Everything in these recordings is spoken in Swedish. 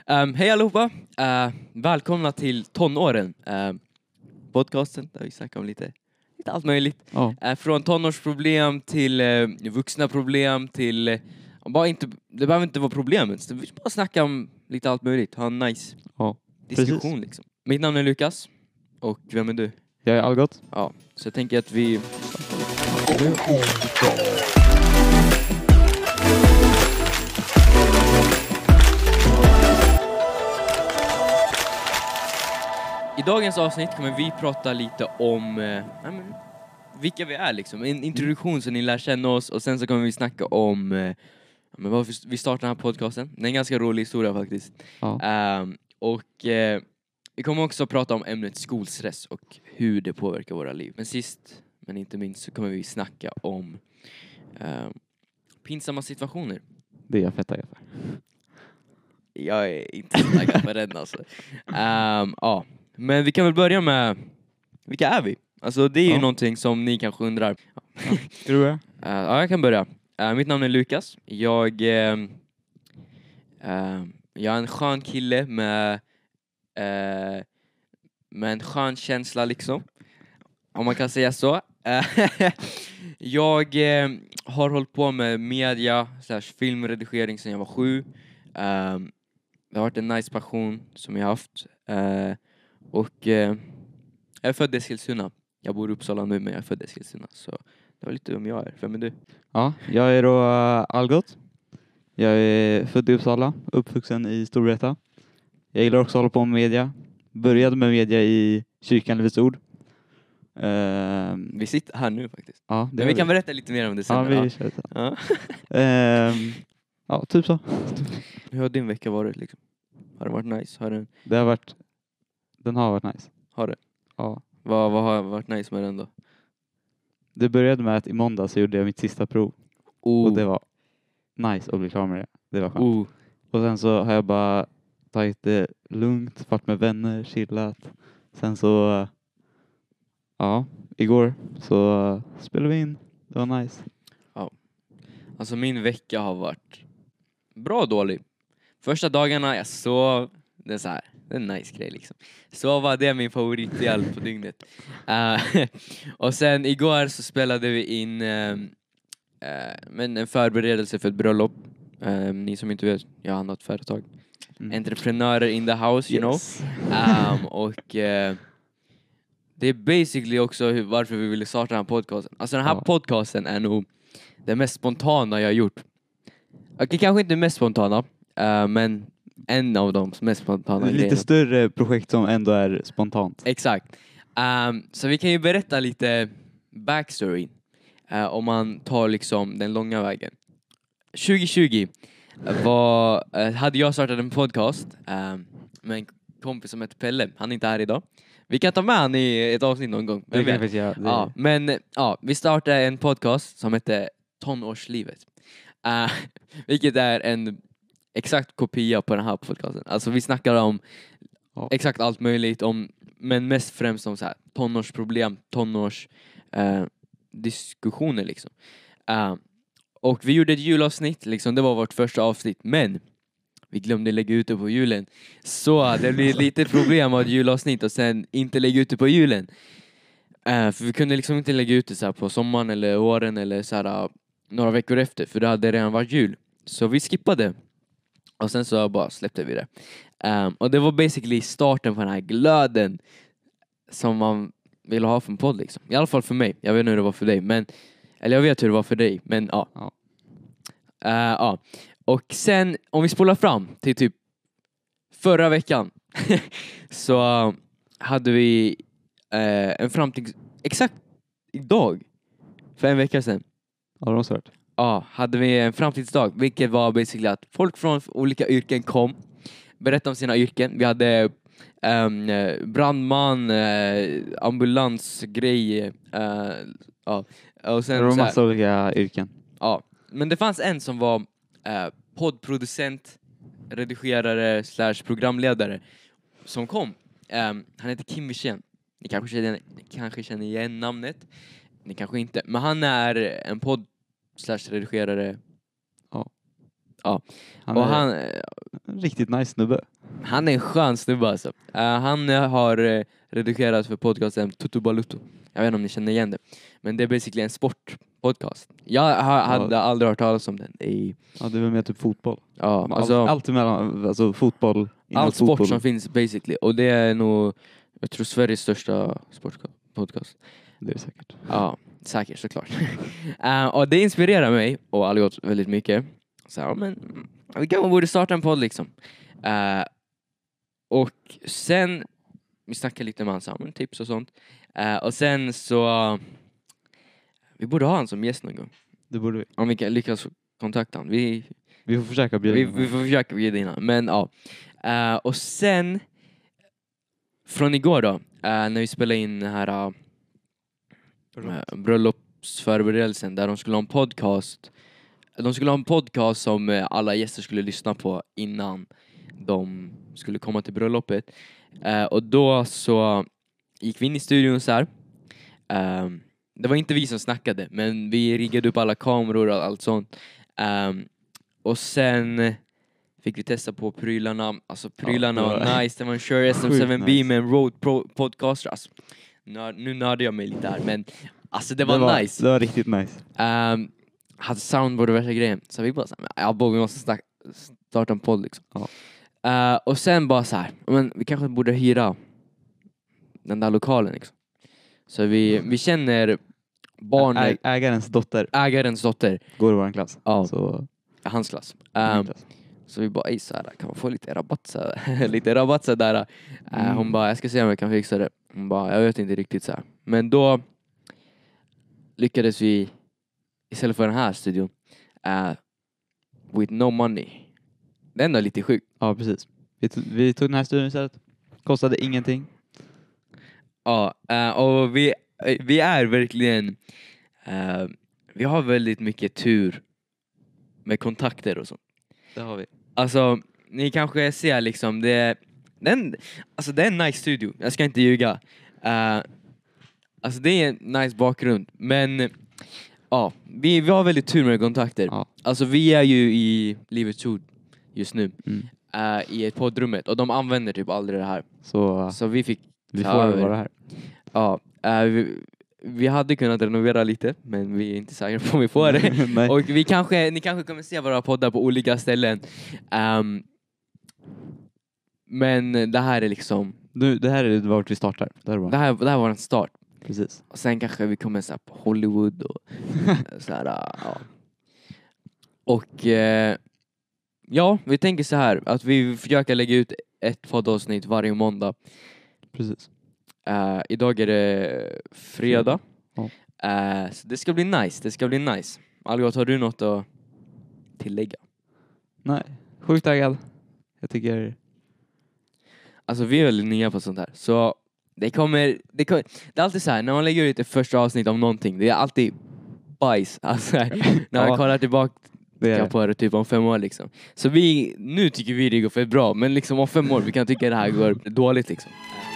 Hej allihopa! Välkomna till tonåren. Podcasten där vi snackar om lite allt möjligt. Från tonårsproblem till vuxna problem till... det behöver inte vara problemet. Vi ska bara snacka om lite allt möjligt. Ha en nice diskussion liksom. Mitt namn är Lukas. Och vem är du? Jag är Algot. Ja, så jag tänker att vi... I dagens avsnitt kommer vi prata lite om vilka vi är liksom. En introduktion så ni lär känna oss. Och sen så kommer vi snacka om varför vi startar den här podcasten. Det är en ganska rolig historia faktiskt. Ja. Vi kommer också prata om ämnet skolstress och hur det påverkar våra liv. Men sist men inte minst så kommer vi snacka om pinsamma situationer. Det är jag fett taggad för. Jag är inte så taggad för den alltså. Ja. Men vi kan väl börja med, vilka är vi? Alltså det är ju någonting som ni kanske undrar. Ska du börja? Ja, jag kan börja. Mitt namn är Lukas. Jag är en skön kille med en skön känsla liksom. Om man kan säga så. Jag har hållit på med media / filmredigering sedan jag var 7. Det har varit en nice passion som jag haft. Och jag är född i Eskilstuna. Jag bor i Uppsala nu men jag är född i Eskilstuna. Så det var lite om jag är. Vem är du? Ja, jag är då Algot. Jag är född i Uppsala, uppvuxen i Storvreta. Jag gillar också att hålla på med media. Började med media i kyrkan Livets Ord. Vi sitter här nu faktiskt. Ja, men vi kan berätta lite mer om det sen. Ja, vi kör det. Ja. Ja, typ så. Hur har din vecka varit liksom? Har det varit nice? Den har varit nice. Har det? Ja. Vad har varit nice med den då? Det började med att i måndag så gjorde jag mitt sista prov. Och det var nice att bli klar med det. Det var skönt. Och sen så har jag bara tagit det lugnt, varit med vänner, chillat. Sen så, igår så spelade vi in. Det var nice. Ja. Alltså min vecka har varit bra och dålig. Första dagarna jag sov, det är så här. Det är en nice grej liksom. Sova, det är min favoritdel på dygnet. Och sen igår så spelade vi in en förberedelse för ett bröllop. Ni som inte vet, jag har ett företag. Entreprenörer in the house, you know. Och det är basically också varför vi ville starta den här podcasten. Alltså den här podcasten är nog det mest spontana jag har gjort. Okej, kanske inte mest spontana, men en av de mest spontana grejerna. Lite större projekt som ändå är spontant. Exakt. Så vi kan ju berätta lite backstory. Om man tar liksom den långa vägen. 2020 hade jag startat en podcast med en kompis som heter Pelle. Han är inte här idag. Vi kan ta med han i ett avsnitt någon gång. Vi startade en podcast som heter Tonårslivet. Vilket är en exakt kopia på den här podcasten. Alltså vi snackar om exakt allt möjligt men mest främst om så här tonårsproblem, diskussioner liksom. Och vi gjorde ett julavsnitt liksom, det var vårt första avsnitt, men vi glömde lägga ut det på julen. Så det blir lite problem av ett julavsnitt och sen inte lägga ut det på julen. För vi kunde liksom inte lägga ut det så här på sommaren eller åren eller så här några veckor efter, för det hade redan varit jul. Så vi skippade. Och sen så bara släppte vi det. Och det var basically starten på den här glöden som man vill ha för en podd liksom. I alla fall för mig. Jag vet inte hur det var för dig. Eller jag vet hur det var för dig. Men ja. Och sen om vi spolar fram till typ förra veckan. Så hade vi en framtid exakt idag. För en vecka sedan. Ja, det var svårt. Ja, hade vi en framtidsdag, vilket var basically att folk från olika yrken kom, berättade om sina yrken. Vi hade brandman, ambulansgrej, och sen det var massa olika yrken. Ja, men det fanns en som var poddproducent, redigerare / programledare som kom. Han heter Kim Wirsén. Ni kanske känner igen namnet. Ni kanske inte, men han är en podd / redigerare. Han är han en riktigt nice snubbe. Han är en skön snubbe alltså. Han har redigerat för podcasten Tutu Baluto. Jag vet inte om ni känner igen det. Men det är basically en sportpodcast. Jag hade aldrig hört talas om den. Ja, det är väl mer typ fotboll. Ja, alltså, allt emellan, alltså fotboll. All sport som finns basically. Och det är nog, jag tror, Sveriges största sportpodcast. Det är säkert. Ja, säkert såklart. Och det inspirerar mig och Algot väldigt mycket. Så ja, men vi kanske borde starta en podd liksom. Och sen vi snackar lite med hans tips och sånt. Och sen så vi borde ha han som gäst någon gång. Det borde vi. Om vi kan lyckas kontakta han. Vi får försöka bjuda in. Vi får försöka bjuda in han. Men ja. Och sen från igår då, när vi spelade in den här bröllopsförberedelsen där de skulle ha en podcast. De skulle ha en podcast som alla gäster skulle lyssna på innan de skulle komma till bröllopet. Och då så gick vi in i studion så här. Det var inte vi som snackade, men vi riggade upp alla kameror och allt sånt. Och sen fick vi testa på prylarna. Alltså prylarna var nice. Det var en Shure SM7B nice. Med en Rode Podcaster. Alltså, nu nördade jag mig lite här, men alltså det var nice. Det var riktigt nice. Hade soundboard och värsta grejen. Så vi bara så här, vi måste starta en podd liksom. Och sen bara så här, men vi kanske borde hyra den där lokalen liksom. Så vi känner barnet. Ägarens dotter. Går i vår klass. Ja, så hans klass. Så vi bara, så här, kan man få lite rabatt så där. Hon bara, jag ska se om jag kan fixa det. Hon bara, jag vet inte riktigt så här. Men då lyckades vi istället för den här studion with no money. Det är ändå lite sjukt. Ja, precis. Vi tog den här studion istället. Kostade ingenting. Ja, och vi är verkligen vi har väldigt mycket tur med kontakter och sånt. Det har vi. Alltså, ni kanske ser liksom det är en nice studio. Jag ska inte ljuga. Alltså det är en nice bakgrund. Men ja, vi har väldigt tur med kontakter. Ja. Alltså vi är ju i Livets Ord just nu. I ett poddrummet. Och de använder typ aldrig det här. Så vi får vara här. Ja, vi hade kunnat renovera lite, men vi är inte säkra på om vi får det. Och ni kanske kommer se våra poddar på olika ställen. Men det här är liksom... Det här är vart vi startar. Det här var en start. Precis. Och sen kanske vi kommer så här på Hollywood och så här, ja. Och ja, vi tänker så här att vi försöker lägga ut ett poddavsnitt varje måndag. Precis. Idag är det fredag. Så det ska bli nice. Algot, har du något att tillägga? Nej, sjukt taggad. Jag tycker... Alltså vi är väldigt nya på sånt här. Så det är alltid så här, när man lägger ut ett första avsnitt om någonting, det är alltid bajs. Alltså när man kollar tillbaka på det typ om 5 år liksom. Så nu tycker vi det går för bra, men liksom om 5 år vi kan tycka det här går dåligt liksom.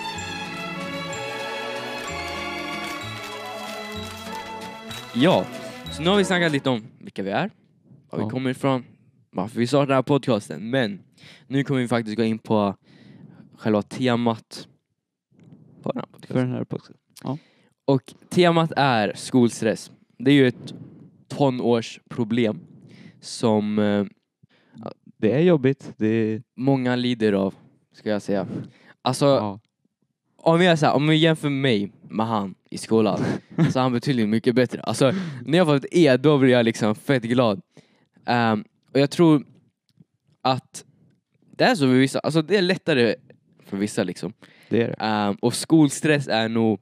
Ja, så nu har vi snackat lite om vilka vi är, var vi kommer ifrån, varför vi startar den här podcasten. Men nu kommer vi faktiskt gå in på själva temat på den här podcasten. Ja. Och temat är skolstress. Det är ju ett tonårsproblem som det är jobbigt. Många lider av, ska jag säga. Alltså, om vi jämför mig med han i skolan så är han betydligt mycket bättre. Alltså, när jag fått ett då blir jag liksom fett glad. Och jag tror att det är så för vissa. Alltså det är lättare för vissa liksom. Det är det. Och skolstress är nog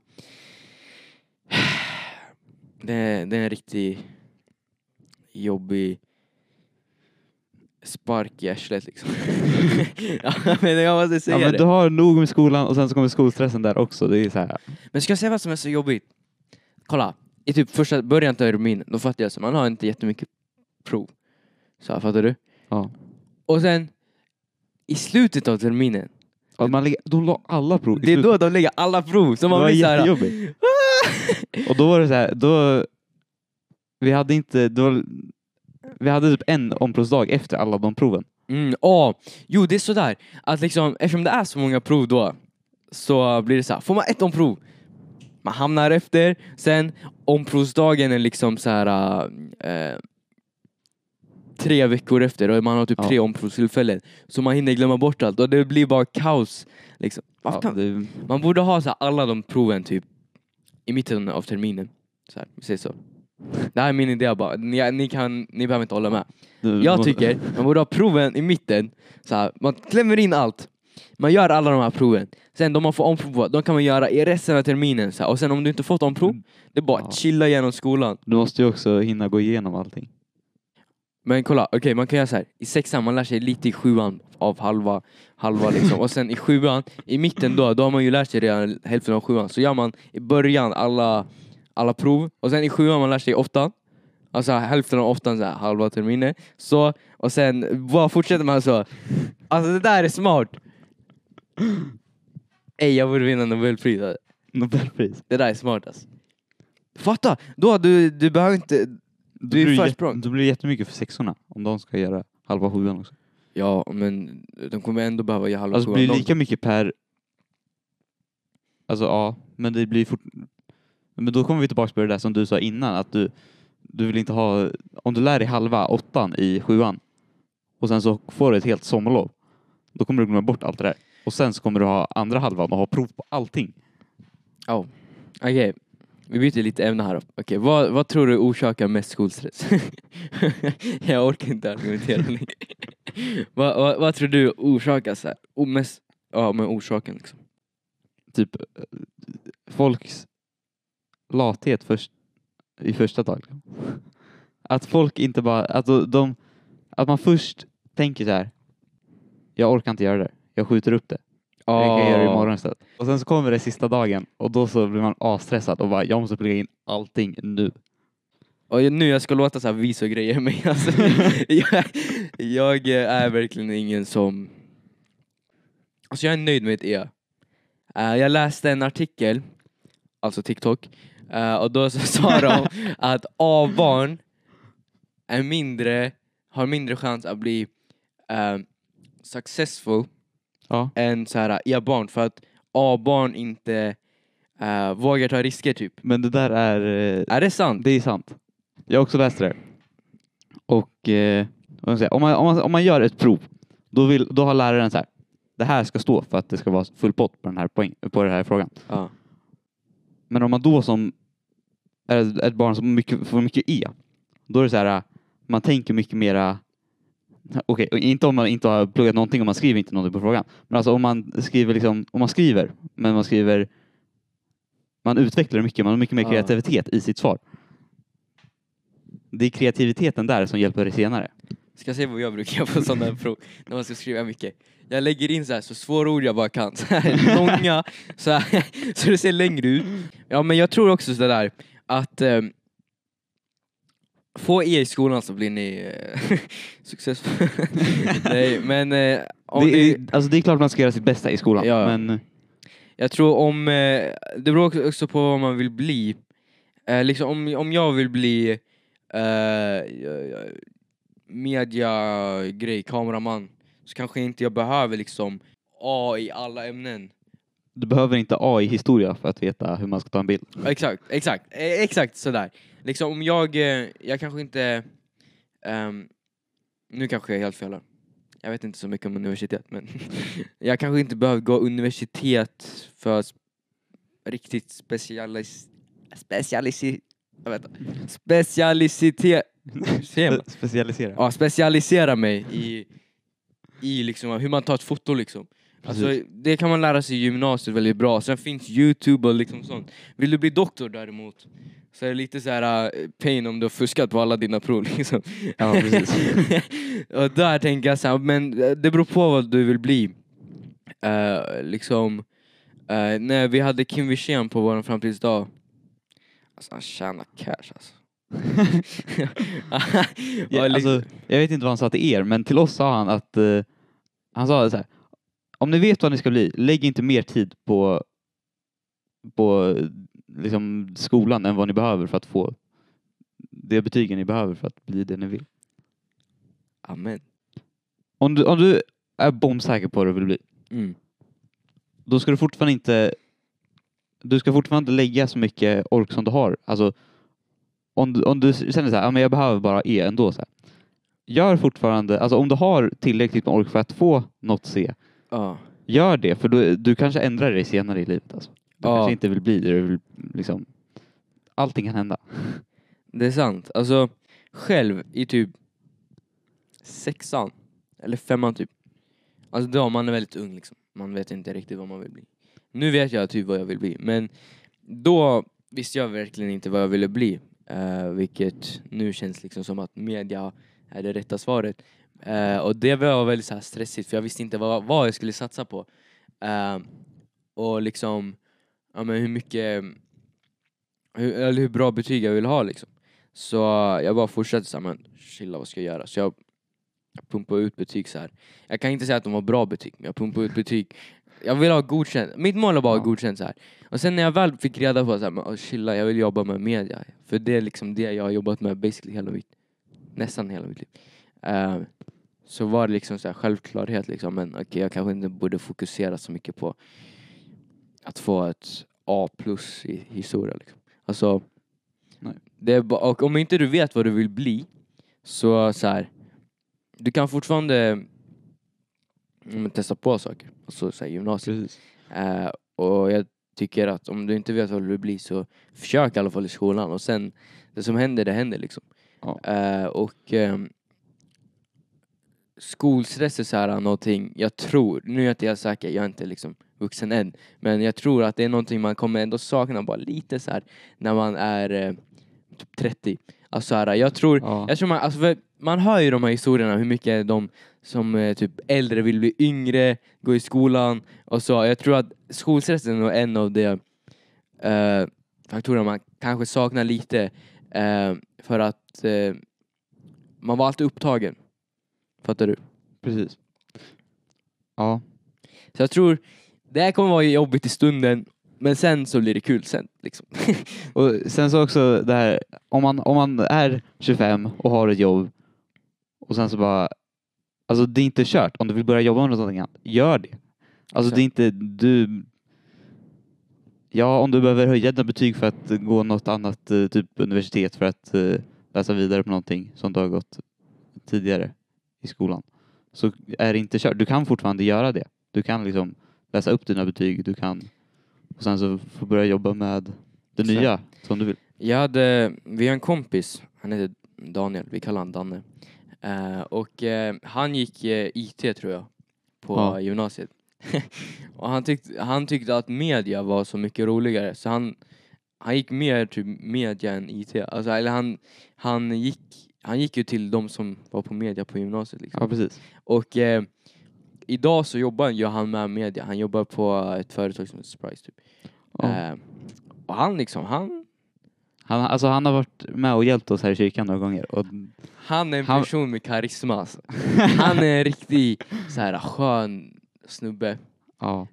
det är en riktigt jobbig spark i arslet liksom. Ja, men jag måste säga men du har nog med skolan och sen så kommer skolstressen där också. Det är så här. Men ska jag säga vad som är så jobbigt? Kolla, i typ första början av terminen, då fattar jag så man har inte jättemycket prov. Så fattar du? Ja. Och sen i slutet av terminen, de la alla prov. Det är då de lägger alla prov. Så man blir jättejobbigt. Och då var det så här, vi hade typ en omprovsdag efter alla de proven. Jo, det är sådär. Att liksom, eftersom det är så många prov då, så blir det så här. Får man ett omprov, man hamnar efter. Sen omprovsdagen är liksom så här 3 veckor efter. Och man har typ 3 omprovstillfällen. Så man hinner glömma bort allt. Och det blir bara kaos. Liksom. Man borde ha så här, alla de proven typ i mitten av terminen. Så här, vi säger så. Det här är min idé bara. Ni behöver inte hålla med. Jag tycker man borde ha proven i mitten. Så här, man klämmer in allt. Man gör alla de här proven. Sen de man får omprov, de kan man göra i resten av terminen. Så här. Och sen om du inte fått omprov, det är bara att chilla igenom skolan. Du måste ju också hinna gå igenom allting. Men kolla, okej, man kan göra så här. I 6:an man lär sig lite i 7:an av halva liksom. Och sen i 7:an, i mitten då har man ju lärt sig redan hälften av 7:an. Så gör man i början alla prov. Och sen i 7:an man lär sig 8:an. Alltså hälften av 8:an, så här, halva terminer. Så, och sen bara fortsätter man så. Alltså det där är smart. Jag borde vinna Nobelpris. Nobelpris? Det där är smart alltså. Fatta, då du behöver inte... Du är försprång. Då blir det jättemycket för 6:orna om de ska göra halva 7:an också. Ja, men de kommer ändå behöva göra halva 7:an. Alltså det blir lika mycket per... Alltså ja, men det blir Men då kommer vi tillbaka på det där som du sa innan, att du vill inte ha... Om du lär dig halva 8:an i 7:an och sen så får du ett helt sommarlov, då kommer du glömma bort allt det där. Och sen så kommer du ha andra halvan och ha prov på allting. Okej. Vi byter lite ämne här. Okej, vad tror du orsakar mest skolstress? Jag orkar inte argumentera längre. Vad tror du orsakar så här? Mest, men orsaken liksom. Typ folks lathet i första dagen. Att folk inte bara... Att man först tänker så här: jag orkar inte göra det. Jag skjuter upp det. Jag kan göra det imorgon istället. Och sen så kommer det sista dagen. Och då så blir man avstressad och bara, jag måste plugga in allting nu. Och nu jag ska låta så här visa grejer. Men alltså, jag är verkligen ingen som... Alltså jag är nöjd med ett jag läste en artikel, alltså TikTok. Och då så sa de att A-barn har mindre chans att bli successful än så här E-barn, för att A-barn inte vågar ta risker typ. Men det där är det sant? Det är sant. Jag har också läst det. Och om man gör ett prov, då har läraren så här: det här ska stå för att det ska vara full pott på den här frågan. Ja. Men om man då som är ett barn som får mycket då är det så här, man tänker mycket mera. Okej, inte om man inte har pluggat någonting, om man skriver inte någonting på frågan. Men alltså om man skriver, man utvecklar mycket, man har mycket mer kreativitet i sitt svar. Det är kreativiteten där som hjälper dig senare. Ska jag se vad jag brukar göra på sådana här prov när man ska skriva mycket. Jag lägger in så svåra ord jag bara kan. Så här, långa, så det ser längre ut. Ja, men jag tror också så där att få i skolan så blir ni successfulla. Nej, men alltså det är klart man ska göra sitt bästa i skolan. Ja. Men jag tror det beror också på vad man vill bli. Liksom om jag vill bli media-grej, kameraman, så kanske inte jag behöver liksom A i alla ämnen. Du behöver inte A i historia för att veta hur man ska ta en bild. Exakt sådär. Liksom om jag kanske inte nu kanske jag är helt fel. Jag vet inte så mycket om universitet, men jag kanske inte behöver gå universitet för riktigt specialisera mig i liksom hur man tar ett foto liksom. Alltså, det kan man lära sig i gymnasiet väldigt bra. Sen finns YouTube och liksom sånt. Vill du bli doktor däremot, så är det lite så här pain om du har fuskat på alla dina prov liksom. Ja, precis. Och där tänker jag så här, men det beror på vad du vill bli. När vi hade Kim Wirsén på vår framtidsdag, alltså han tjänar cash alltså. Alltså, jag vet inte vad han sa till er, men till oss sa han att han sa så här: om ni vet vad ni ska bli, lägg inte mer tid på liksom skolan än vad ni behöver för att få det betygen ni behöver för att bli det ni vill. Amen. Om du är bombsäker på vad du vill bli. Då ska du fortfarande inte... Du ska fortfarande lägga så mycket ork som du har. Alltså, om du känner så här, ja, men jag behöver bara E ändå. Så här. Gör fortfarande... Alltså om du har tillräckligt med ork för att få något C. Gör det, för du kanske ändrar dig senare i livet. Alltså. Du kanske inte vill bli det. Du vill, liksom, allting kan hända. Det är sant. Alltså, själv i typ 6:an eller 5:an typ. Alltså då man är väldigt ung liksom. Man vet inte riktigt vad man vill bli. Nu vet jag typ vad jag vill bli. Men då visste jag verkligen inte vad jag ville bli. Vilket nu känns liksom som att media är det rätta svaret. Och det var väldigt så här stressigt. För jag visste inte vad jag skulle satsa på. Och liksom... Ja, men hur mycket... Hur bra betyg jag vill ha liksom. Så jag bara fortsatte så här, men chilla, vad ska jag göra? Så jag pumpade ut betyg så här. Jag kan inte säga att de var bra betyg, men jag pumpade ut betyg. Jag vill ha godkänt. Mitt mål var bara godkänt så här. Och sen när jag väl fick reda på så här, men chilla, jag vill jobba med media. För det är liksom det jag har jobbat med basically nästan hela mitt liv. Så var det liksom så här självklarhet liksom, men okej, jag kanske inte borde fokusera så mycket på att få ett A+ i historia liksom. Alltså, nej. Det är och om inte du vet vad du vill bli, så här, du kan fortfarande testa på saker. Alltså så här, gymnasiet. Och jag tycker att om du inte vet vad du vill bli, så försök i alla fall i skolan. Och sen, det som händer, det händer liksom. Skolstress är så här någonting, jag tror, nu är jag inte säker, jag är inte liksom vuxen än, men jag tror att det är någonting man kommer ändå sakna bara lite så här när man är typ 30. Alltså här, jag tror man, alltså, man hör ju de här historierna, hur mycket de som typ äldre vill bli yngre, gå i skolan och så. Jag tror att skolstressen är nog en av de faktorer man kanske saknar lite, för att man var alltid upptagen. Fattar du? Precis. Ja. Så jag tror det här kommer vara jobbigt i stunden, men sen så blir det kul sen liksom. Och sen så också det här, om man är 25 och har ett jobb och sen så bara, alltså det är inte kört. Om du vill börja jobba med något annat, gör det. Alltså det är inte om du behöver höja dina betyg för att gå något annat typ universitet för att läsa vidare på någonting som du har gått tidigare i skolan, så är det inte kört. Du kan fortfarande göra det. Du kan liksom läsa upp dina betyg, du kan, och sen så få börja jobba med det nya som du vill. Vi har en kompis, han heter Daniel, vi kallar han Danne. Och han gick IT tror jag på gymnasiet. Och han tyckte att media var så mycket roligare, så han gick mer typ media än IT. Alltså, eller han gick ju till de som var på media på gymnasiet liksom. Ja, precis. Och idag så jobbar han med media. Han jobbar på ett företag som heter Surprise typ. Och han liksom, han har varit med och hjälpt oss här i kyrkan några gånger. Och han är en person med karisma. Alltså. Han är en riktig så här skön snubbe. Ja.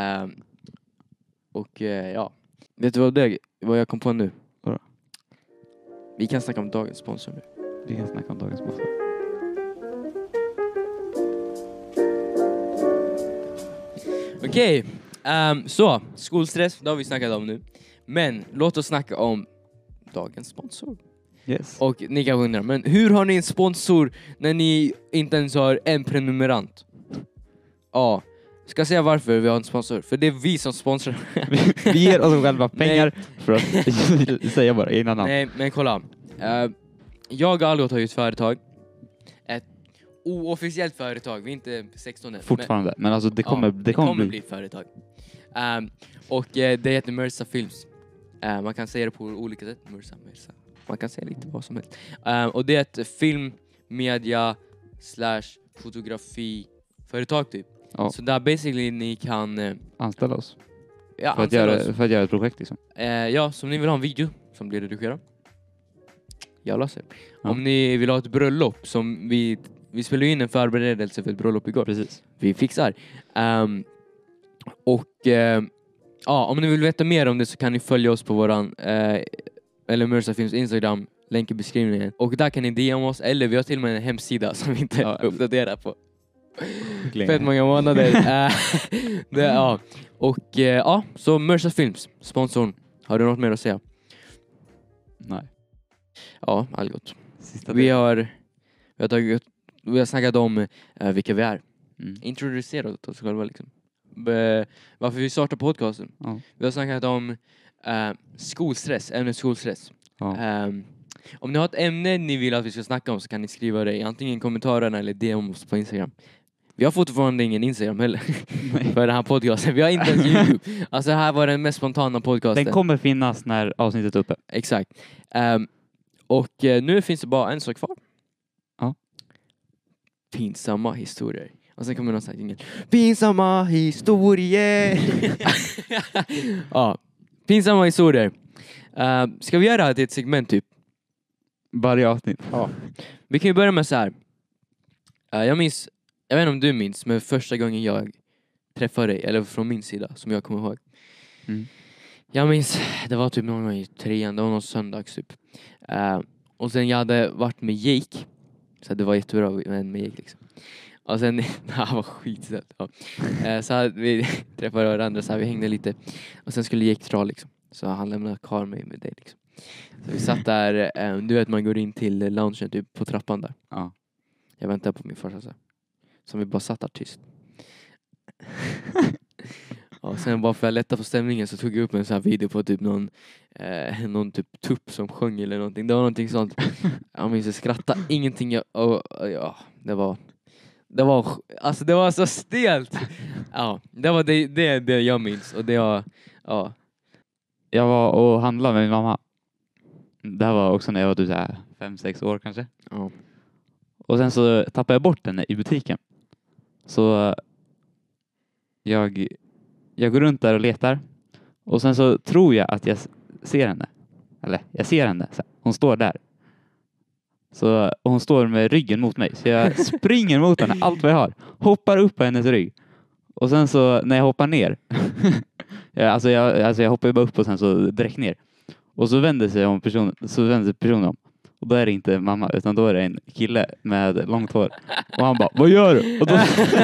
Vet du vad jag kom på nu? Vadå? Vi kan snacka om dagens sponsor nu. Vi kan snacka om dagens sponsor. Okej. Så, skolstress, det har vi snackat om nu. Men låt oss snacka om dagens sponsor. Yes. Och ni kan undra, men hur har ni en sponsor när ni inte ens har en prenumerant? Ja, ska säga varför vi har en sponsor. För det är vi som sponsrar. Vi ger oss själva pengar för att säga bara innan namn. Nej, men kolla. Jag har aldrig tagit företag. Ett oofficiellt företag. Vi är inte 16 än. Fortfarande, men alltså det kommer bli företag. Och det heter Mersa Films. Man kan säga det på olika sätt. Mersa. Man kan säga lite vad som helst. Och det är ett film, media / fotografi företag typ. Ja. Så där basically ni kan anställa oss. Ja, för att göra ett projekt liksom. Ja, som ni vill ha en video som blir redigerad. Jag löser. Ja. Om ni vill ha ett bröllop som vi spelade in en förberedelse för ett bröllop igår. Precis. Vi fixar. Om ni vill veta mer om det så kan ni följa oss på våran eller Mersa Films Instagram, länk i beskrivningen. Och där kan ni DM oss, eller vi har till och med en hemsida som vi inte uppdaterar på. Fett många månader. Ja. Och ja, så Mersa Films, sponsorn. Har du något mer att säga? Nej. Ja, allt gott. Vi har snackat om vilka vi är. Introducerat oss själva liksom. Varför vi startar podcasten. Ja. Vi har snackat om skolstress, ämnet skolstress. Ja. Om ni har ett ämne ni vill att vi ska snacka om så kan ni skriva det antingen i kommentarerna eller DM oss på Instagram. Vi har fortfarande ingen Instagram heller för den här podcasten. Vi har inte ens YouTube. Alltså det här var den mest spontana podcasten. Den kommer finnas när avsnittet är uppe. Exakt. Och nu finns det bara en sak kvar. Ja. Pinsamma historier. Och sen kommer någon säga ingen. Pinsamma historier. Ja. Pinsamma historier. Ska vi göra det här till ett segment typ? Varje avsnitt. Ja. Vi kan ju börja med så här. Jag vet inte om du minns, men första gången jag träffade dig, eller från min sida, som jag kommer ihåg. Jag minns, det var typ någon gång i 3:an, det var någon söndags typ. Och sen jag hade varit med Jake, så det var jättebra med Jake liksom. Och sen, han var skitsött. Ja. Så vi träffade varandra, så här, vi hängde lite. Och sen skulle Jake dra liksom. Så han lämnade kvar mig med dig liksom. Så vi satt där, du vet man går in till loungen typ på trappan där. Ja. Jag väntade på min farsa så här. Som vi bara satt där tyst. Och sen bara för att lätta på stämningen så tog jag upp en sån här video på typ någon typ tupp som sjöng eller någonting. Det var någonting sånt. Jag minns jag skrattade ingenting. Ja, det var så stelt. Ja, det var det jag minns. Och det var, ja. Jag var och handlade med min mamma. Det här var också när jag var typ 5-6 år kanske. Ja. Och sen så tappade jag bort henne i butiken. Så jag går runt där och letar. Och sen så tror jag att jag ser henne. Eller jag ser henne. Hon står där. Och hon står med ryggen mot mig. Så jag springer mot henne allt vad jag har. Hoppar upp på hennes rygg. Och sen så när jag hoppar ner. jag hoppar ju bara upp och sen så direkt ner. Och så vänder sig personen om. Och då är det inte mamma utan då är det en kille med långt hår. Och han bara, vad gör du? Och då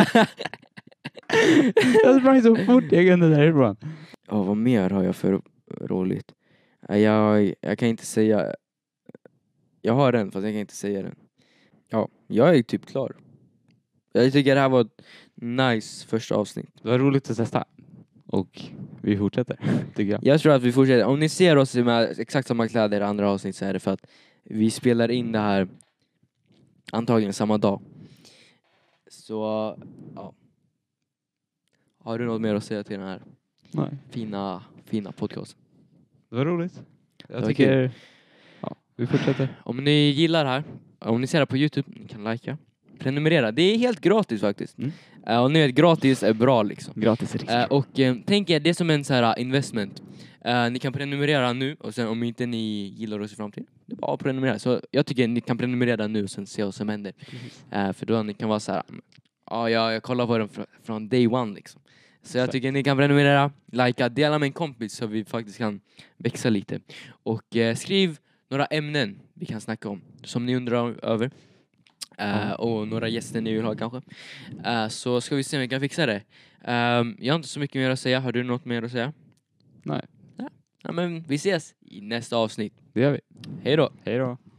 jag sprang så fort jag kunde därifrån. Ja, vad mer har jag för roligt? Jag kan inte säga. Jag har den fast jag kan inte säga den. Ja, jag är typ klar. Jag tycker det här var ett nice första avsnitt. Det var roligt att testa. Och vi fortsätter, tycker jag. Jag tror att vi fortsätter. Om ni ser oss med exakt samma kläder i andra avsnitt så är det för att vi spelar in det här antagligen samma dag. Så, ja. Har du något mer att säga till den här fina podcasten? Det var roligt. Jag tycker... Ja, vi fortsätter. Om ni gillar det här, om ni ser det på YouTube, ni kan likea. Prenumerera. Det är helt gratis faktiskt. Och ni vet, gratis är bra liksom. Gratis är riktigt. Och tänk er, det är som en så här investment. Ni kan prenumerera nu och sen om inte ni gillar oss i framtiden, det är bara att prenumerera. Så jag tycker ni kan prenumerera nu och sen se vad som händer. För då ni kan vara så här, jag kollar på den från day one liksom. Så jag tycker ni kan prenumerera, likea, dela med en kompis så vi faktiskt kan växa lite. Och skriv några ämnen vi kan snacka om som ni undrar över. Och några gäster ni vill ha kanske. Så ska vi se om vi kan fixa det. Jag har inte så mycket mer att säga. Har du något mer att säga? Nej. Ja, men vi ses i nästa avsnitt. Det gör vi. Hej då. Hej då.